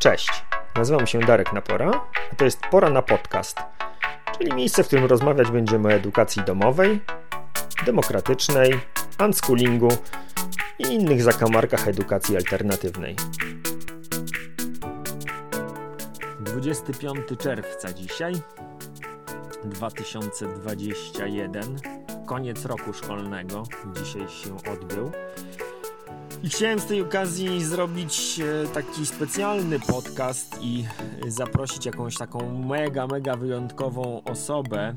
Cześć, nazywam się Darek Napora, a to jest Pora na Podcast, czyli miejsce, w którym rozmawiać będziemy o edukacji domowej, demokratycznej, unschoolingu i innych zakamarkach edukacji alternatywnej. 25 czerwca dzisiaj, 2021, koniec roku szkolnego, dzisiaj się odbył. I chciałem z tej okazji zrobić taki specjalny podcast i zaprosić jakąś taką mega wyjątkową osobę.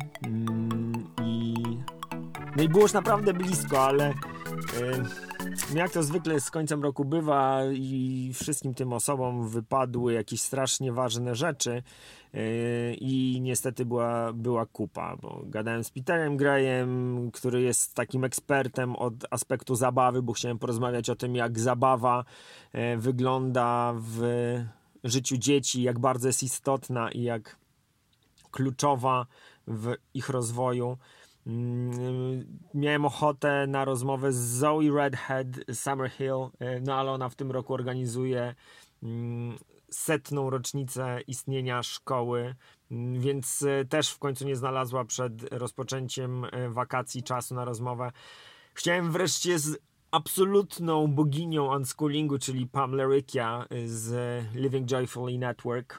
No i było już naprawdę blisko, ale jak to zwykle z końcem roku bywa i wszystkim tym osobom wypadły jakieś strasznie ważne rzeczy i niestety była kupa, bo gadałem z Peterem Grayem, który jest takim ekspertem od aspektu zabawy, bo chciałem porozmawiać o tym, jak zabawa wygląda w życiu dzieci, jak bardzo jest istotna i jak kluczowa w ich rozwoju. Miałem ochotę na rozmowę z Zoe Redhead Summerhill, no ale ona w tym roku organizuje 100. rocznicę istnienia szkoły, więc też w końcu nie znalazła przed rozpoczęciem wakacji czasu na rozmowę. Chciałem wreszcie z absolutną boginią unschoolingu, czyli Pam Laricchia z Living Joyfully Network,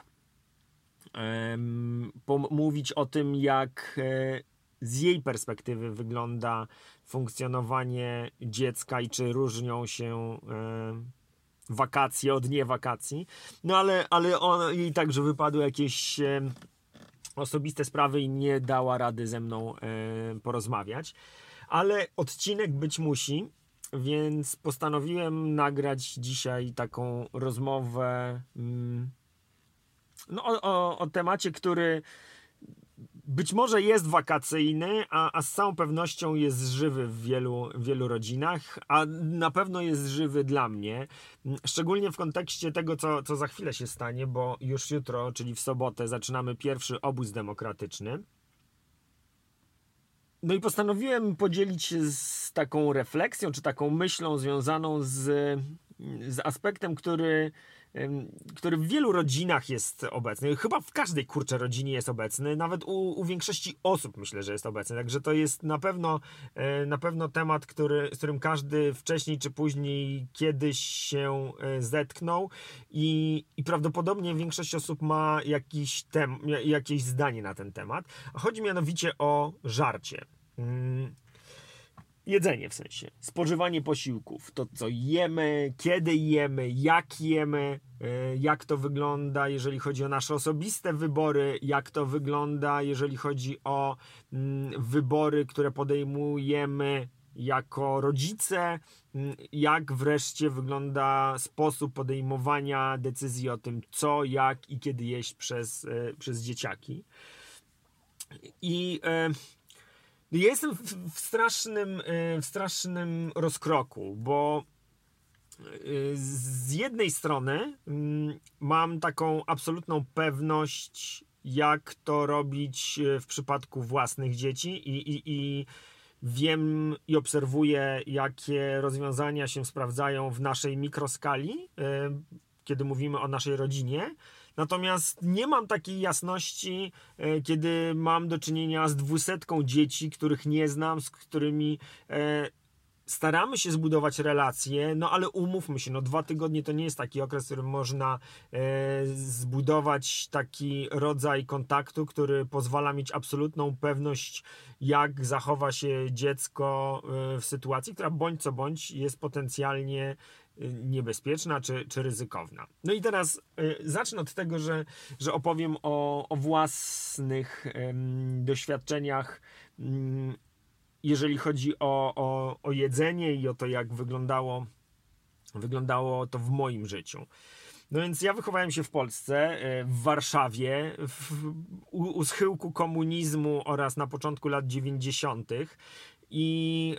pomówić o tym, jak z jej perspektywy wygląda funkcjonowanie dziecka i czy różnią się wakacje od niewakacji. No ale jej także wypadły jakieś osobiste sprawy i nie dała rady ze mną porozmawiać. Ale odcinek być musi, więc postanowiłem nagrać dzisiaj taką rozmowę o temacie, który być może jest wakacyjny, a z całą pewnością jest żywy w wielu rodzinach, a na pewno jest żywy dla mnie, szczególnie w kontekście tego, co za chwilę się stanie, bo już jutro, czyli w sobotę, zaczynamy pierwszy obóz demokratyczny. No i postanowiłem podzielić się z taką refleksją, czy taką myślą związaną z aspektem, który w wielu rodzinach jest obecny. Chyba w każdej rodzinie jest obecny. Nawet u większości osób myślę, że jest obecny. Także to jest na pewno temat, z którym każdy wcześniej czy później kiedyś się zetknął i prawdopodobnie większość osób ma jakieś zdanie na ten temat. Chodzi mianowicie o żarcie. Jedzenie w sensie, spożywanie posiłków, to co jemy, kiedy jemy, jak to wygląda, jeżeli chodzi o nasze osobiste wybory, jak to wygląda, jeżeli chodzi o wybory, które podejmujemy jako rodzice, jak wreszcie wygląda sposób podejmowania decyzji o tym, co, jak i kiedy jeść przez dzieciaki. Ja jestem w strasznym rozkroku, bo z jednej strony mam taką absolutną pewność, jak to robić w przypadku własnych dzieci i wiem i obserwuję, jakie rozwiązania się sprawdzają w naszej mikroskali, kiedy mówimy o naszej rodzinie. Natomiast nie mam takiej jasności, kiedy mam do czynienia z 200 dzieci, których nie znam, z którymi staramy się zbudować relacje, no ale umówmy się, 2 tygodnie to nie jest taki okres, w którym można zbudować taki rodzaj kontaktu, który pozwala mieć absolutną pewność, jak zachowa się dziecko w sytuacji, która bądź co bądź jest potencjalnie niebezpieczna czy ryzykowna. No i teraz zacznę od tego, że opowiem o własnych doświadczeniach, jeżeli chodzi o jedzenie i o to, jak wyglądało to w moim życiu. No więc ja wychowałem się w Polsce, w Warszawie, u schyłku komunizmu oraz na początku lat 90. I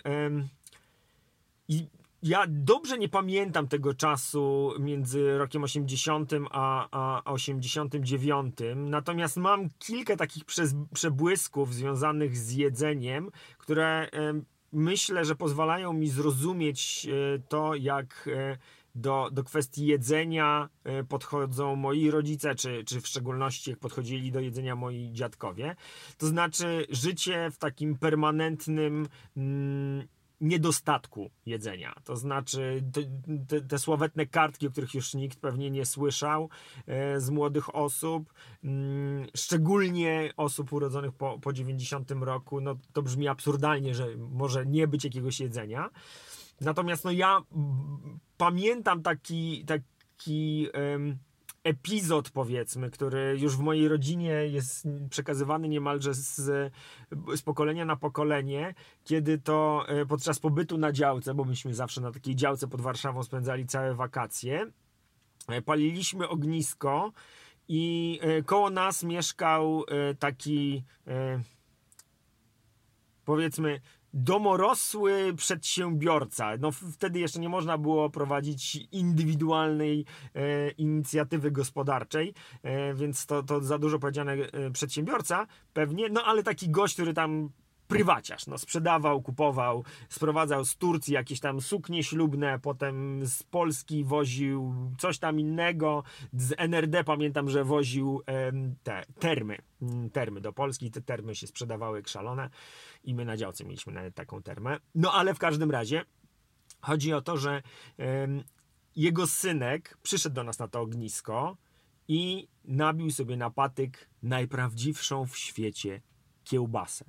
ja dobrze nie pamiętam tego czasu między rokiem 80 a 89, natomiast mam kilka takich przebłysków związanych z jedzeniem, które myślę, że pozwalają mi zrozumieć to, jak do kwestii jedzenia podchodzą moi rodzice, czy w szczególności jak podchodzili do jedzenia moi dziadkowie. To znaczy życie w takim permanentnym niedostatku jedzenia. To znaczy te sławetne kartki, o których już nikt pewnie nie słyszał z młodych osób, szczególnie osób urodzonych po 90 roku, no to brzmi absurdalnie, że może nie być jakiegoś jedzenia. Natomiast no ja pamiętam taki epizod, powiedzmy, który już w mojej rodzinie jest przekazywany niemalże z pokolenia na pokolenie, kiedy to podczas pobytu na działce, bo myśmy zawsze na takiej działce pod Warszawą spędzali całe wakacje, paliliśmy ognisko i koło nas mieszkał taki, powiedzmy, domorosły przedsiębiorca. No wtedy jeszcze nie można było prowadzić indywidualnej inicjatywy gospodarczej, więc to za dużo powiedziane przedsiębiorca pewnie, no ale taki gość, który tam prywaciarz, no sprzedawał, kupował, sprowadzał z Turcji jakieś tam suknie ślubne, potem z Polski woził coś tam innego, z NRD pamiętam, że woził te termy do Polski, te termy się sprzedawały jak szalone i my na działce mieliśmy nawet taką termę. No ale w każdym razie chodzi o to, że jego synek przyszedł do nas na to ognisko i nabił sobie na patyk najprawdziwszą w świecie kiełbasę.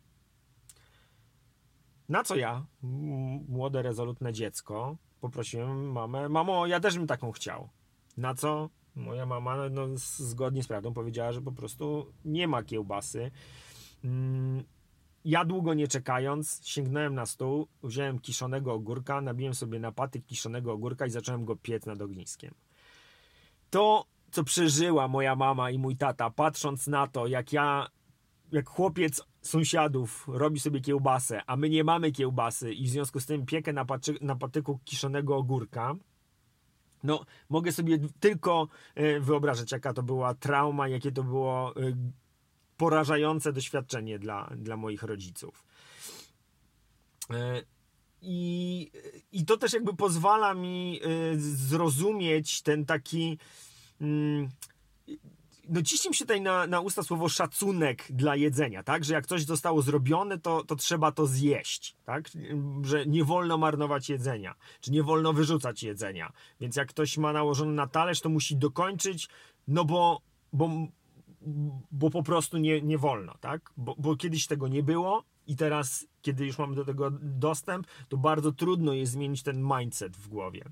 Na co ja, młode, rezolutne dziecko, poprosiłem mamę: mamo, ja też bym taką chciał. Na co moja mama, no, zgodnie z prawdą, powiedziała, że po prostu nie ma kiełbasy. Ja długo nie czekając sięgnąłem na stół, wziąłem kiszonego ogórka, nabiłem sobie na patyk kiszonego ogórka i zacząłem go piec nad ogniskiem. To, co przeżyła moja mama i mój tata, patrząc na to, jak chłopiec sąsiadów robi sobie kiełbasę, a my nie mamy kiełbasy i w związku z tym piekę na patyku kiszonego ogórka, no mogę sobie tylko wyobrażać, jaka to była trauma, jakie to było porażające doświadczenie dla moich rodziców. I to też jakby pozwala mi zrozumieć ten taki... No ciśnie mi się tutaj na usta słowo szacunek dla jedzenia, tak? Że jak coś zostało zrobione, to trzeba to zjeść, tak? Że nie wolno marnować jedzenia, czy nie wolno wyrzucać jedzenia. Więc jak ktoś ma nałożone na talerz, to musi dokończyć, no bo po prostu nie wolno, tak? Bo kiedyś tego nie było i teraz, kiedy już mamy do tego dostęp, to bardzo trudno jest zmienić ten mindset w głowie.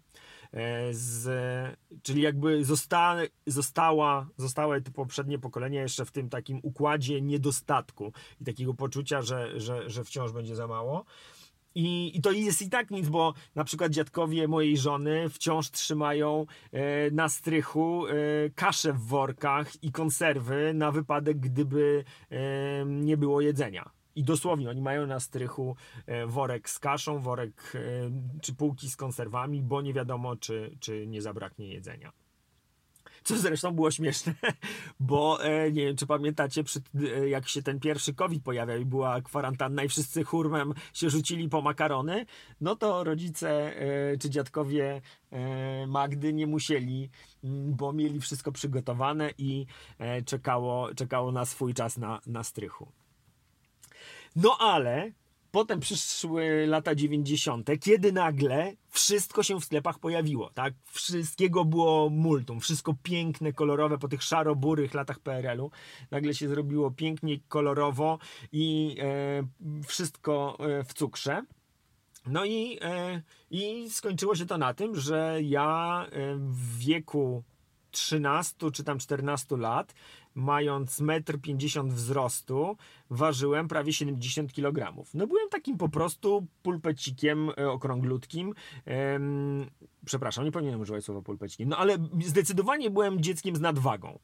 Czyli jakby zostały te poprzednie pokolenia jeszcze w tym takim układzie niedostatku i takiego poczucia, że wciąż będzie za mało. I to jest i tak nic, bo na przykład dziadkowie mojej żony wciąż trzymają na strychu kaszę w workach i konserwy na wypadek, gdyby nie było jedzenia. I dosłownie oni mają na strychu worek z kaszą, worek czy półki z konserwami, bo nie wiadomo, czy nie zabraknie jedzenia. Co zresztą było śmieszne, bo nie wiem, czy pamiętacie, jak się ten pierwszy COVID pojawiał i była kwarantanna i wszyscy hurmem się rzucili po makarony, no to rodzice czy dziadkowie Magdy nie musieli, bo mieli wszystko przygotowane i czekało na swój czas na strychu. No ale potem przyszły lata 90., kiedy nagle wszystko się w sklepach pojawiło, tak? Wszystkiego było multum, wszystko piękne, kolorowe po tych szaro-burych latach PRL-u. Nagle się zrobiło pięknie, kolorowo i wszystko w cukrze. No i skończyło się to na tym, że ja w wieku 13 czy tam 14 lat, mając 1,50 m wzrostu, ważyłem prawie 70 kg. No byłem takim po prostu pulpecikiem okrąglutkim. Przepraszam, nie powinienem używać słowa pulpecikiem. No ale zdecydowanie byłem dzieckiem z nadwagą.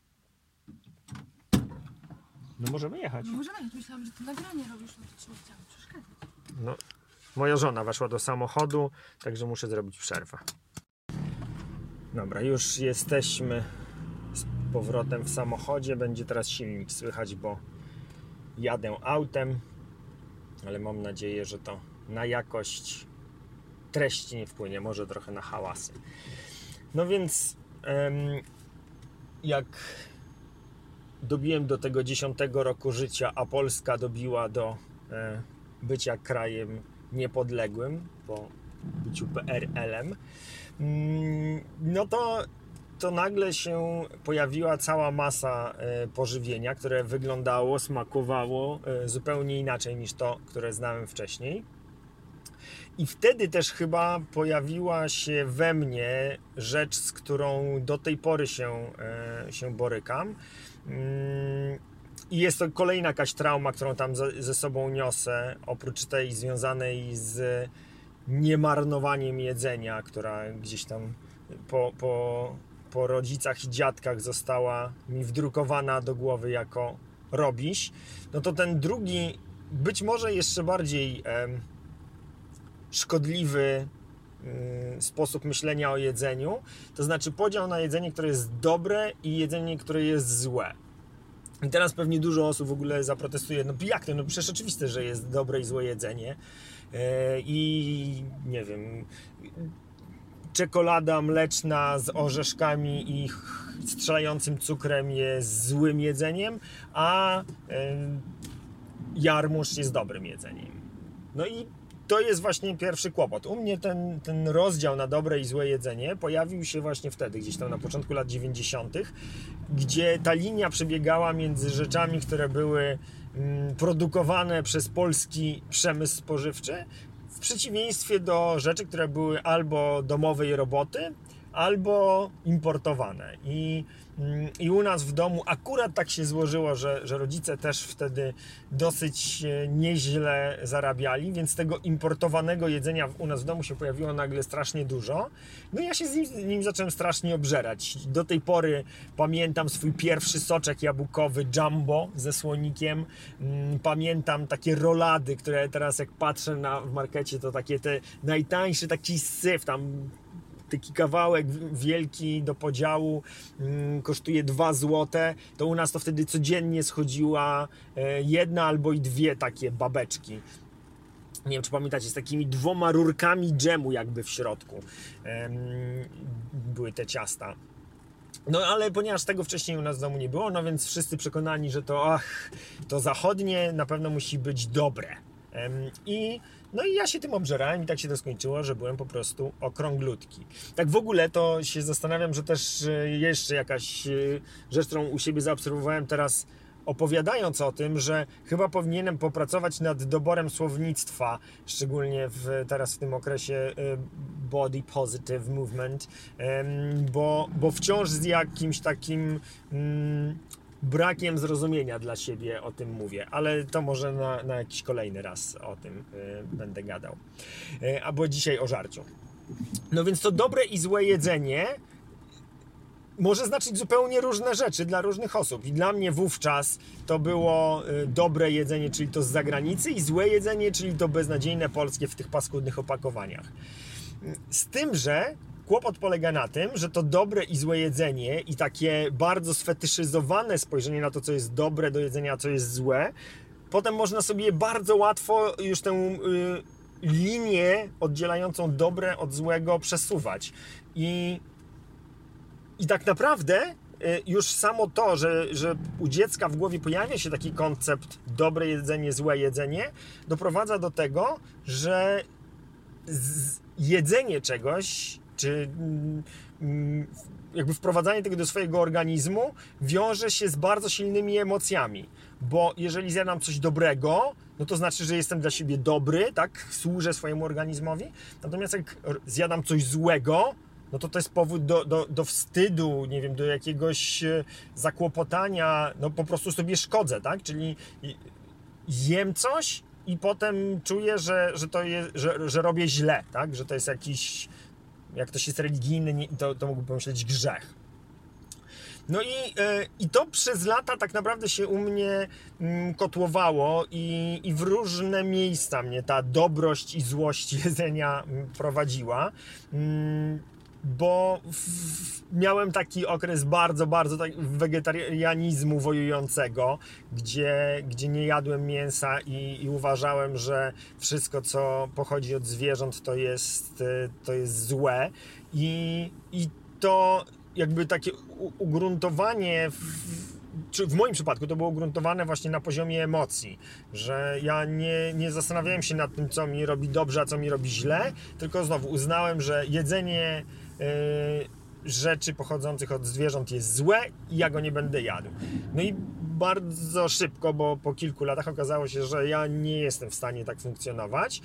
No możemy jechać. No możemy jechać. Myślałam, że to nagranie robisz, no to ci nie chciałam przeszkadzać. No, moja żona weszła do samochodu, także muszę zrobić przerwę. Dobra, już jesteśmy z powrotem w samochodzie. Będzie teraz silnik słychać, bo jadę autem, ale mam nadzieję, że to na jakość treści nie wpłynie, może trochę na hałasy. No więc jak dobiłem do tego 10 roku życia, a Polska dobiła do bycia krajem niepodległym po byciu PRL-em, no to nagle się pojawiła cała masa pożywienia, które wyglądało, smakowało zupełnie inaczej niż to, które znałem wcześniej. I wtedy też chyba pojawiła się we mnie rzecz, z którą do tej pory się borykam. I jest to kolejna jakaś trauma, którą tam ze sobą niosę, oprócz tej związanej z niemarnowaniem jedzenia, która gdzieś tam po rodzicach i dziadkach została mi wdrukowana do głowy jako robiś. No to ten drugi, być może jeszcze bardziej szkodliwy sposób myślenia o jedzeniu, to znaczy podział na jedzenie, które jest dobre i jedzenie, które jest złe. I teraz pewnie dużo osób w ogóle zaprotestuje, no jak to, no przecież oczywiste, że jest dobre i złe jedzenie i nie wiem, czekolada mleczna z orzeszkami i strzelającym cukrem jest złym jedzeniem, a jarmuż jest dobrym jedzeniem. No i to jest właśnie pierwszy kłopot. U mnie ten rozdział na dobre i złe jedzenie pojawił się właśnie wtedy, gdzieś tam na początku lat 90., gdzie ta linia przebiegała między rzeczami, które były produkowane przez polski przemysł spożywczy, w przeciwieństwie do rzeczy, które były albo domowej roboty, albo importowane. I u nas w domu akurat tak się złożyło, że rodzice też wtedy dosyć nieźle zarabiali, więc tego importowanego jedzenia u nas w domu się pojawiło nagle strasznie dużo. No i ja się z nim zacząłem strasznie obżerać. Do tej pory pamiętam swój pierwszy soczek jabłkowy Jumbo ze słonikiem. Pamiętam takie rolady, które teraz jak patrzę w markecie, to takie te najtańsze, taki syf tam. Taki kawałek wielki do podziału kosztuje 2 złote, to u nas to wtedy codziennie schodziła jedna albo i dwie takie babeczki. Nie wiem, czy pamiętacie, z takimi 2 rurkami dżemu jakby w środku były te ciasta. No ale ponieważ tego wcześniej u nas w domu nie było, no więc wszyscy przekonani, że to zachodnie na pewno musi być dobre. No i ja się tym obżerałem i tak się to skończyło, że byłem po prostu okrąglutki. Tak w ogóle to się zastanawiam, że też jeszcze jakaś rzecz, którą u siebie zaobserwowałem teraz, opowiadając o tym, że chyba powinienem popracować nad doborem słownictwa, szczególnie teraz w tym okresie body positive movement, bo wciąż z jakimś takim brakiem zrozumienia dla siebie o tym mówię, ale to może na jakiś kolejny raz o tym będę gadał. Albo dzisiaj o żarciu. No więc to dobre i złe jedzenie może znaczyć zupełnie różne rzeczy dla różnych osób. I dla mnie wówczas to było dobre jedzenie, czyli to z zagranicy, i złe jedzenie, czyli to beznadziejne polskie w tych paskudnych opakowaniach. Z tym, że kłopot polega na tym, że to dobre i złe jedzenie i takie bardzo sfetyszyzowane spojrzenie na to, co jest dobre do jedzenia, a co jest złe, potem można sobie bardzo łatwo już tę linię oddzielającą dobre od złego przesuwać. I tak naprawdę już samo to, że u dziecka w głowie pojawia się taki koncept dobre jedzenie, złe jedzenie, doprowadza do tego, że jedzenie czegoś, czy jakby wprowadzanie tego do swojego organizmu wiąże się z bardzo silnymi emocjami, bo jeżeli zjadam coś dobrego, no to znaczy, że jestem dla siebie dobry, tak, służę swojemu organizmowi, natomiast jak zjadam coś złego, no to jest powód do wstydu, nie wiem, do jakiegoś zakłopotania, no po prostu sobie szkodzę, tak, czyli jem coś i potem czuję, że to jest, że robię źle, tak, że to jest jakiś, jak ktoś jest religijny, to mógłby pomyśleć grzech. No i to przez lata tak naprawdę się u mnie kotłowało i w różne miejsca mnie ta dobrość i złość jedzenia prowadziła, bo miałem taki okres bardzo wegetarianizmu wojującego, gdzie nie jadłem mięsa i uważałem, że wszystko, co pochodzi od zwierząt, to jest złe i to jakby takie ugruntowanie, czy w moim przypadku to było ugruntowane właśnie na poziomie emocji, że ja nie zastanawiałem się nad tym, co mi robi dobrze, a co mi robi źle, tylko znowu uznałem, że jedzenie rzeczy pochodzących od zwierząt jest złe i ja go nie będę jadł. No i bardzo szybko, bo po kilku latach okazało się, że ja nie jestem w stanie tak funkcjonować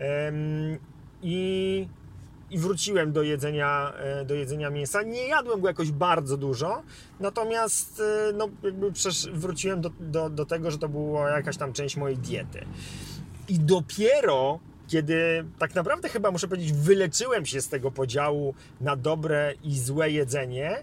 i wróciłem do jedzenia mięsa. Nie jadłem go jakoś bardzo dużo, natomiast no, jakby wróciłem do tego, że to była jakaś tam część mojej diety. I dopiero kiedy tak naprawdę chyba muszę powiedzieć, wyleczyłem się z tego podziału na dobre i złe jedzenie,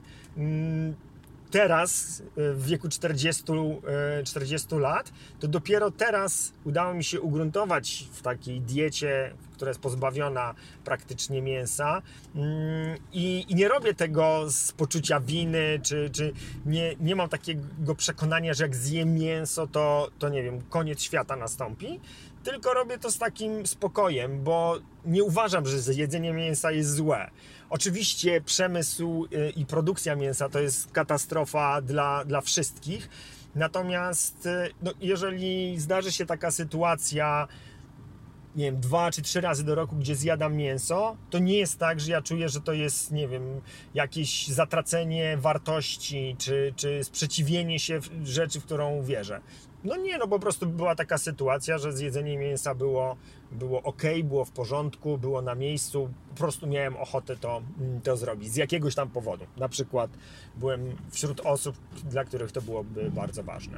teraz w wieku 40 lat, to dopiero teraz udało mi się ugruntować w takiej diecie, która jest pozbawiona praktycznie mięsa, i nie robię tego z poczucia winy, czy nie mam takiego przekonania, że jak zjem mięso, to nie wiem, koniec świata nastąpi, tylko robię to z takim spokojem, bo nie uważam, że jedzenie mięsa jest złe. Oczywiście przemysł i produkcja mięsa to jest katastrofa dla wszystkich, natomiast no, jeżeli zdarzy się taka sytuacja, nie wiem, 2 czy 3 razy do roku, gdzie zjadam mięso, to nie jest tak, że ja czuję, że to jest, nie wiem, jakieś zatracenie wartości, czy sprzeciwienie się rzeczy, w którą wierzę. No nie, no po prostu była taka sytuacja, że zjedzenie mięsa było ok, było w porządku, było na miejscu, po prostu miałem ochotę to zrobić z jakiegoś tam powodu. Na przykład byłem wśród osób, dla których to byłoby bardzo ważne.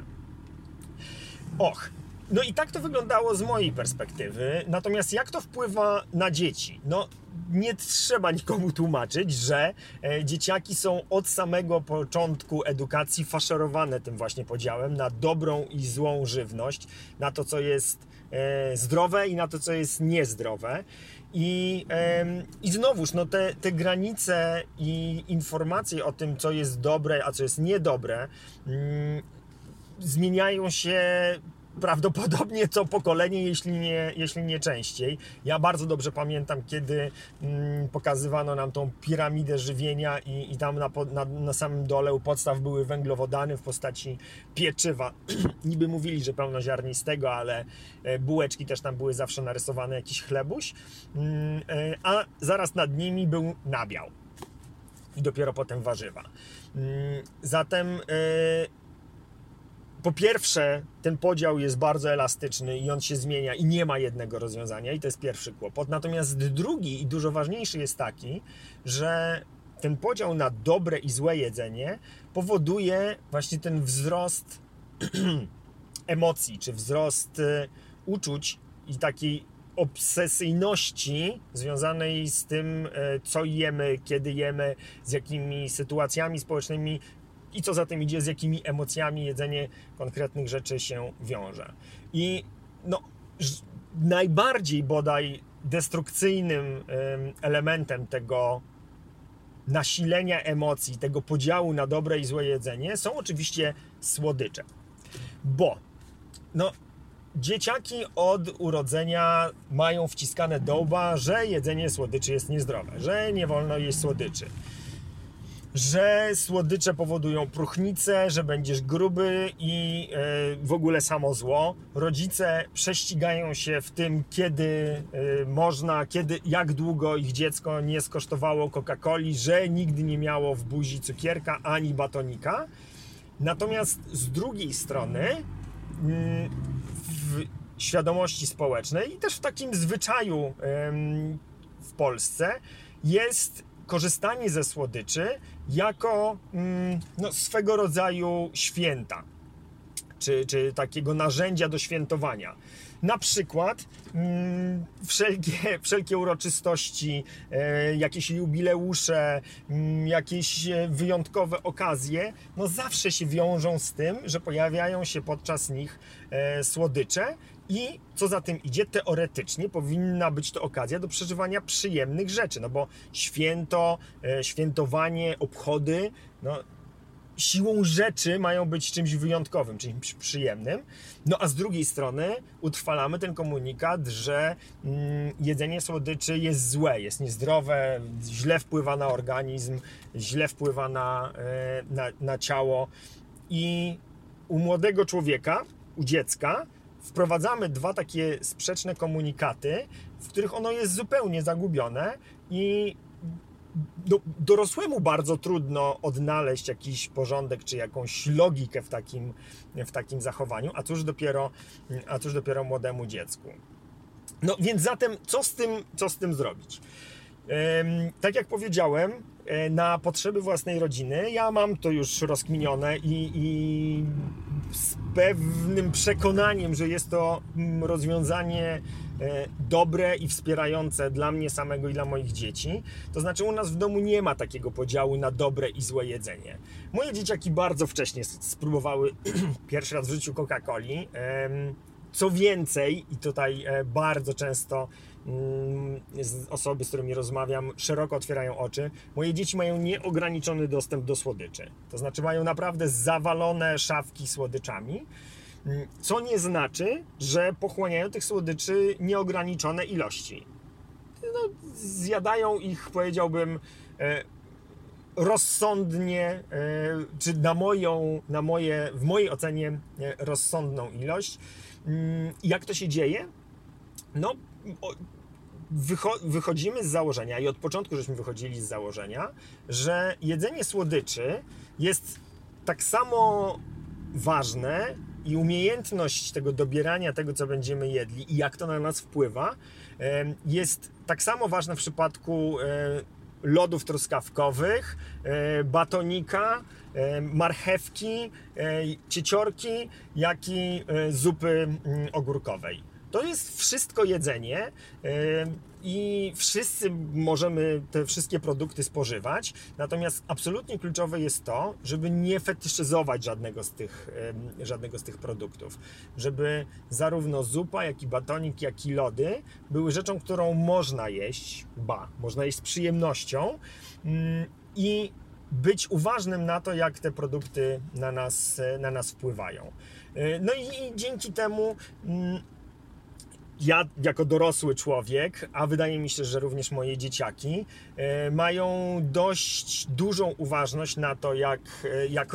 No i tak to wyglądało z mojej perspektywy. Natomiast jak to wpływa na dzieci? No nie trzeba nikomu tłumaczyć, że dzieciaki są od samego początku edukacji faszerowane tym właśnie podziałem na dobrą i złą żywność, na to, co jest zdrowe i na to, co jest niezdrowe. I znowuż, no te granice i informacje o tym, co jest dobre, a co jest niedobre, zmieniają się prawdopodobnie co pokolenie, jeśli nie częściej. Ja bardzo dobrze pamiętam, kiedy pokazywano nam tą piramidę żywienia i tam na samym dole u podstaw były węglowodany w postaci pieczywa. Niby mówili, że pełnoziarnistego, ale bułeczki też tam były zawsze narysowane, jakiś chlebuś, a zaraz nad nimi był nabiał i dopiero potem warzywa. Zatem po pierwsze, ten podział jest bardzo elastyczny i on się zmienia i nie ma jednego rozwiązania i to jest pierwszy kłopot. Natomiast drugi i dużo ważniejszy jest taki, że ten podział na dobre i złe jedzenie powoduje właśnie ten wzrost emocji, czy wzrost uczuć i takiej obsesyjności związanej z tym, co jemy, kiedy jemy, z jakimi sytuacjami społecznymi i co za tym idzie, z jakimi emocjami jedzenie konkretnych rzeczy się wiąże. I no, najbardziej bodaj destrukcyjnym elementem tego nasilenia emocji, tego podziału na dobre i złe jedzenie są oczywiście słodycze. Bo no, dzieciaki od urodzenia mają wciskane do łba, że jedzenie słodyczy jest niezdrowe, że nie wolno jeść słodyczy, że słodycze powodują próchnicę, że będziesz gruby i w ogóle samo zło. Rodzice prześcigają się w tym, kiedy można, jak długo ich dziecko nie skosztowało Coca-Coli, że nigdy nie miało w buzi cukierka ani batonika. Natomiast z drugiej strony w świadomości społecznej i też w takim zwyczaju w Polsce jest korzystanie ze słodyczy jako no, swego rodzaju święta, czy takiego narzędzia do świętowania. Na przykład wszelkie uroczystości, jakieś jubileusze, jakieś wyjątkowe okazje, no zawsze się wiążą z tym, że pojawiają się podczas nich słodycze i co za tym idzie, teoretycznie powinna być to okazja do przeżywania przyjemnych rzeczy, no bo świętowanie, obchody, no siłą rzeczy mają być czymś wyjątkowym, czymś przyjemnym. No a z drugiej strony utrwalamy ten komunikat, że jedzenie słodyczy jest złe, jest niezdrowe, źle wpływa na organizm, źle wpływa na ciało. I u młodego człowieka, u dziecka wprowadzamy dwa takie sprzeczne komunikaty, w których ono jest zupełnie zagubione i dorosłemu bardzo trudno odnaleźć jakiś porządek czy jakąś logikę w takim zachowaniu, a cóż dopiero młodemu dziecku. No więc zatem co z tym zrobić? Tak jak powiedziałem, na potrzeby własnej rodziny ja mam to już rozkminione i z pewnym przekonaniem, że jest to rozwiązanie dobre i wspierające dla mnie samego i dla moich dzieci. To znaczy u nas w domu nie ma takiego podziału na dobre i złe jedzenie. Moje dzieciaki bardzo wcześnie spróbowały pierwszy raz w życiu Coca-Coli. Co więcej, i tutaj bardzo często osoby, z którymi rozmawiam, szeroko otwierają oczy, moje dzieci mają nieograniczony dostęp do słodyczy. To znaczy mają naprawdę zawalone szafki słodyczami, co nie znaczy, że pochłaniają tych słodyczy nieograniczone ilości. No, zjadają ich, powiedziałbym, rozsądnie, czy w mojej ocenie rozsądną ilość. Jak to się dzieje? No, wychodzimy z założenia i od początku żeśmy wychodzili z założenia, że jedzenie słodyczy jest tak samo ważne i umiejętność tego dobierania tego, co będziemy jedli i jak to na nas wpływa, jest tak samo ważna w przypadku lodów truskawkowych, batonika, marchewki, cieciorki, jak i zupy ogórkowej. To jest wszystko jedzenie i wszyscy możemy te wszystkie produkty spożywać, natomiast absolutnie kluczowe jest to, żeby nie fetyszyzować żadnego z tych produktów, żeby zarówno zupa, jak i batonik, jak i lody były rzeczą, którą można jeść, można jeść z przyjemnością i być uważnym na to, jak te produkty na nas wpływają. No i dzięki temu ja jako dorosły człowiek, a wydaje mi się, że również moje dzieciaki, mają dość dużą uważność na to, jak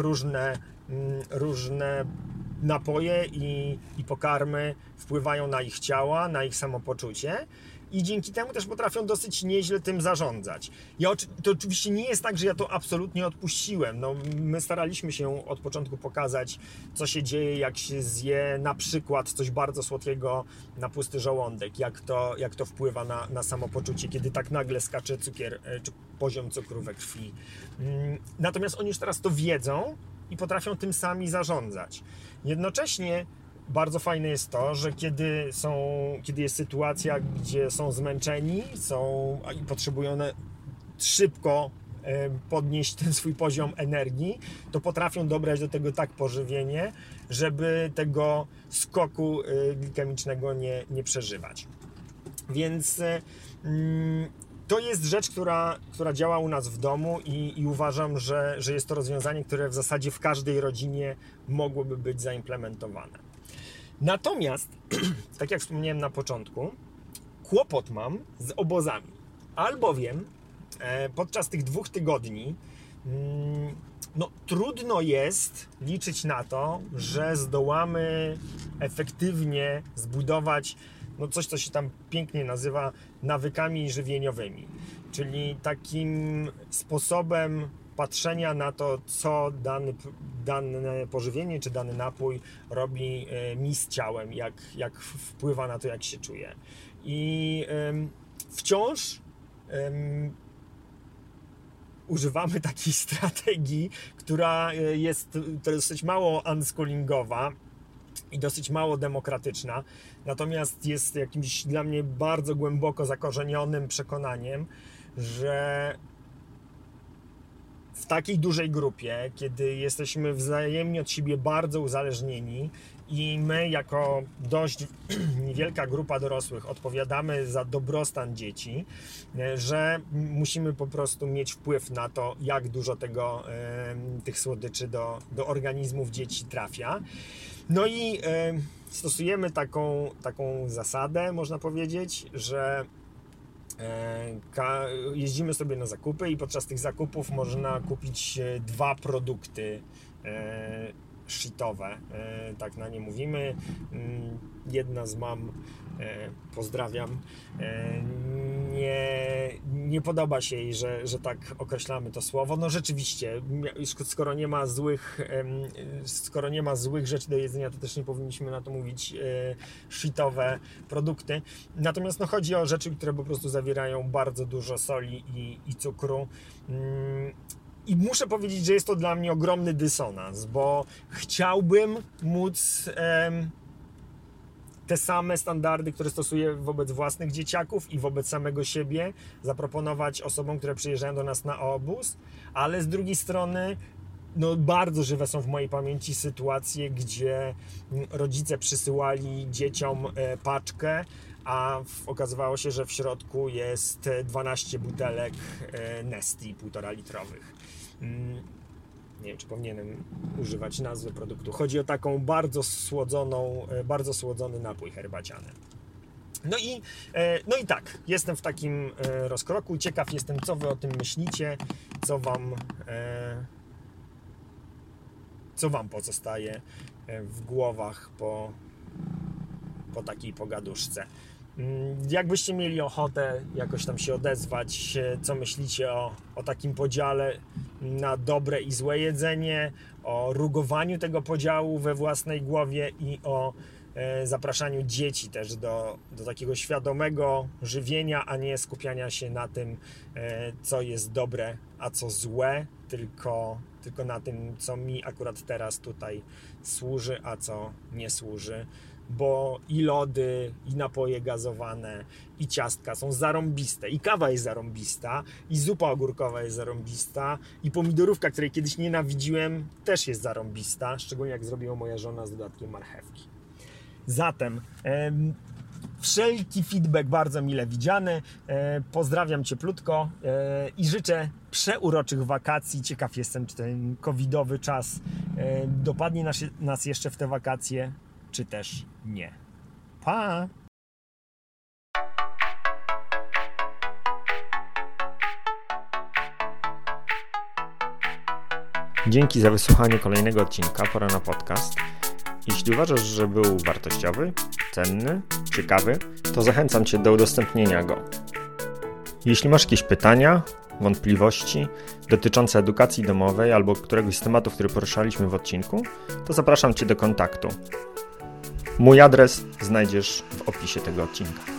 różne napoje i pokarmy wpływają na ich ciała, na ich samopoczucie. I dzięki temu też potrafią dosyć nieźle tym zarządzać. To oczywiście nie jest tak, że ja to absolutnie odpuściłem. No, my staraliśmy się od początku pokazać, co się dzieje, jak się zje na przykład coś bardzo słodkiego na pusty żołądek, jak to wpływa na samopoczucie, kiedy tak nagle skacze cukier czy poziom cukru we krwi. Natomiast oni już teraz to wiedzą i potrafią tym sami zarządzać. Jednocześnie bardzo fajne jest to, że kiedy jest sytuacja, gdzie są zmęczeni i potrzebują szybko podnieść ten swój poziom energii, to potrafią dobrać do tego tak pożywienie, żeby tego skoku glikemicznego nie przeżywać. Więc to jest rzecz, która działa u nas w domu i uważam, że jest to rozwiązanie, które w zasadzie w każdej rodzinie mogłoby być zaimplementowane. Natomiast, tak jak wspomniałem na początku, kłopot mam z obozami, albowiem podczas tych 2 tygodni trudno jest liczyć na to, że zdołamy efektywnie zbudować coś, co się tam pięknie nazywa nawykami żywieniowymi, czyli takim sposobem patrzenia na to, co dane pożywienie czy dany napój robi mi z ciałem, jak wpływa na to, jak się czuję. I wciąż używamy takiej strategii, która jest dosyć mało unschoolingowa i dosyć mało demokratyczna, natomiast jest jakimś dla mnie bardzo głęboko zakorzenionym przekonaniem, że w takiej dużej grupie, kiedy jesteśmy wzajemnie od siebie bardzo uzależnieni i my jako dość niewielka grupa dorosłych odpowiadamy za dobrostan dzieci, że musimy po prostu mieć wpływ na to, jak dużo tych słodyczy do organizmów dzieci trafia. No i stosujemy taką zasadę, można powiedzieć, że jeździmy sobie na zakupy i podczas tych zakupów można kupić 2 produkty shitowe, tak na nie mówimy. Jedna z mam, pozdrawiam, nie podoba się jej, że tak określamy to słowo. No rzeczywiście, skoro nie ma złych rzeczy do jedzenia, to też nie powinniśmy na to mówić shitowe produkty. Natomiast no, chodzi o rzeczy, które po prostu zawierają bardzo dużo soli i cukru. I muszę powiedzieć, że jest to dla mnie ogromny dysonans, bo chciałbym móc te same standardy, które stosuję wobec własnych dzieciaków i wobec samego siebie, zaproponować osobom, które przyjeżdżają do nas na obóz, ale z drugiej strony no, bardzo żywe są w mojej pamięci sytuacje, gdzie rodzice przysyłali dzieciom paczkę, a okazywało się, że w środku jest 12 butelek Nestii 1,5 litrowych. Nie wiem, czy powinienem używać nazwy produktu. Chodzi o taką bardzo słodzony napój herbaciany. No i tak, jestem w takim rozkroku. Ciekaw jestem, co wy o tym myślicie, co wam pozostaje w głowach po takiej pogaduszce. Jakbyście mieli ochotę jakoś tam się odezwać, co myślicie o takim podziale na dobre i złe jedzenie, o rugowaniu tego podziału we własnej głowie i o zapraszaniu dzieci też do takiego świadomego żywienia, a nie skupiania się na tym, co jest dobre, a co złe, tylko na tym, co mi akurat teraz tutaj służy, a co nie służy. Bo i lody, i napoje gazowane, i ciastka są zarąbiste, i kawa jest zarąbista, i zupa ogórkowa jest zarąbista, i pomidorówka, której kiedyś nienawidziłem, też jest zarąbista, szczególnie jak zrobiła moja żona z dodatkiem marchewki. Zatem wszelki feedback bardzo mile widziany, pozdrawiam cieplutko i życzę przeuroczych wakacji. Ciekaw jestem, czy ten covidowy czas dopadnie nas jeszcze w te wakacje, czy też nie. Pa! Dzięki za wysłuchanie kolejnego odcinka Pora na podcast. Jeśli uważasz, że był wartościowy, cenny, ciekawy, to zachęcam Cię do udostępnienia go. Jeśli masz jakieś pytania, wątpliwości dotyczące edukacji domowej albo któregoś z tematów, który poruszaliśmy w odcinku, to zapraszam Cię do kontaktu. Mój adres znajdziesz w opisie tego odcinka.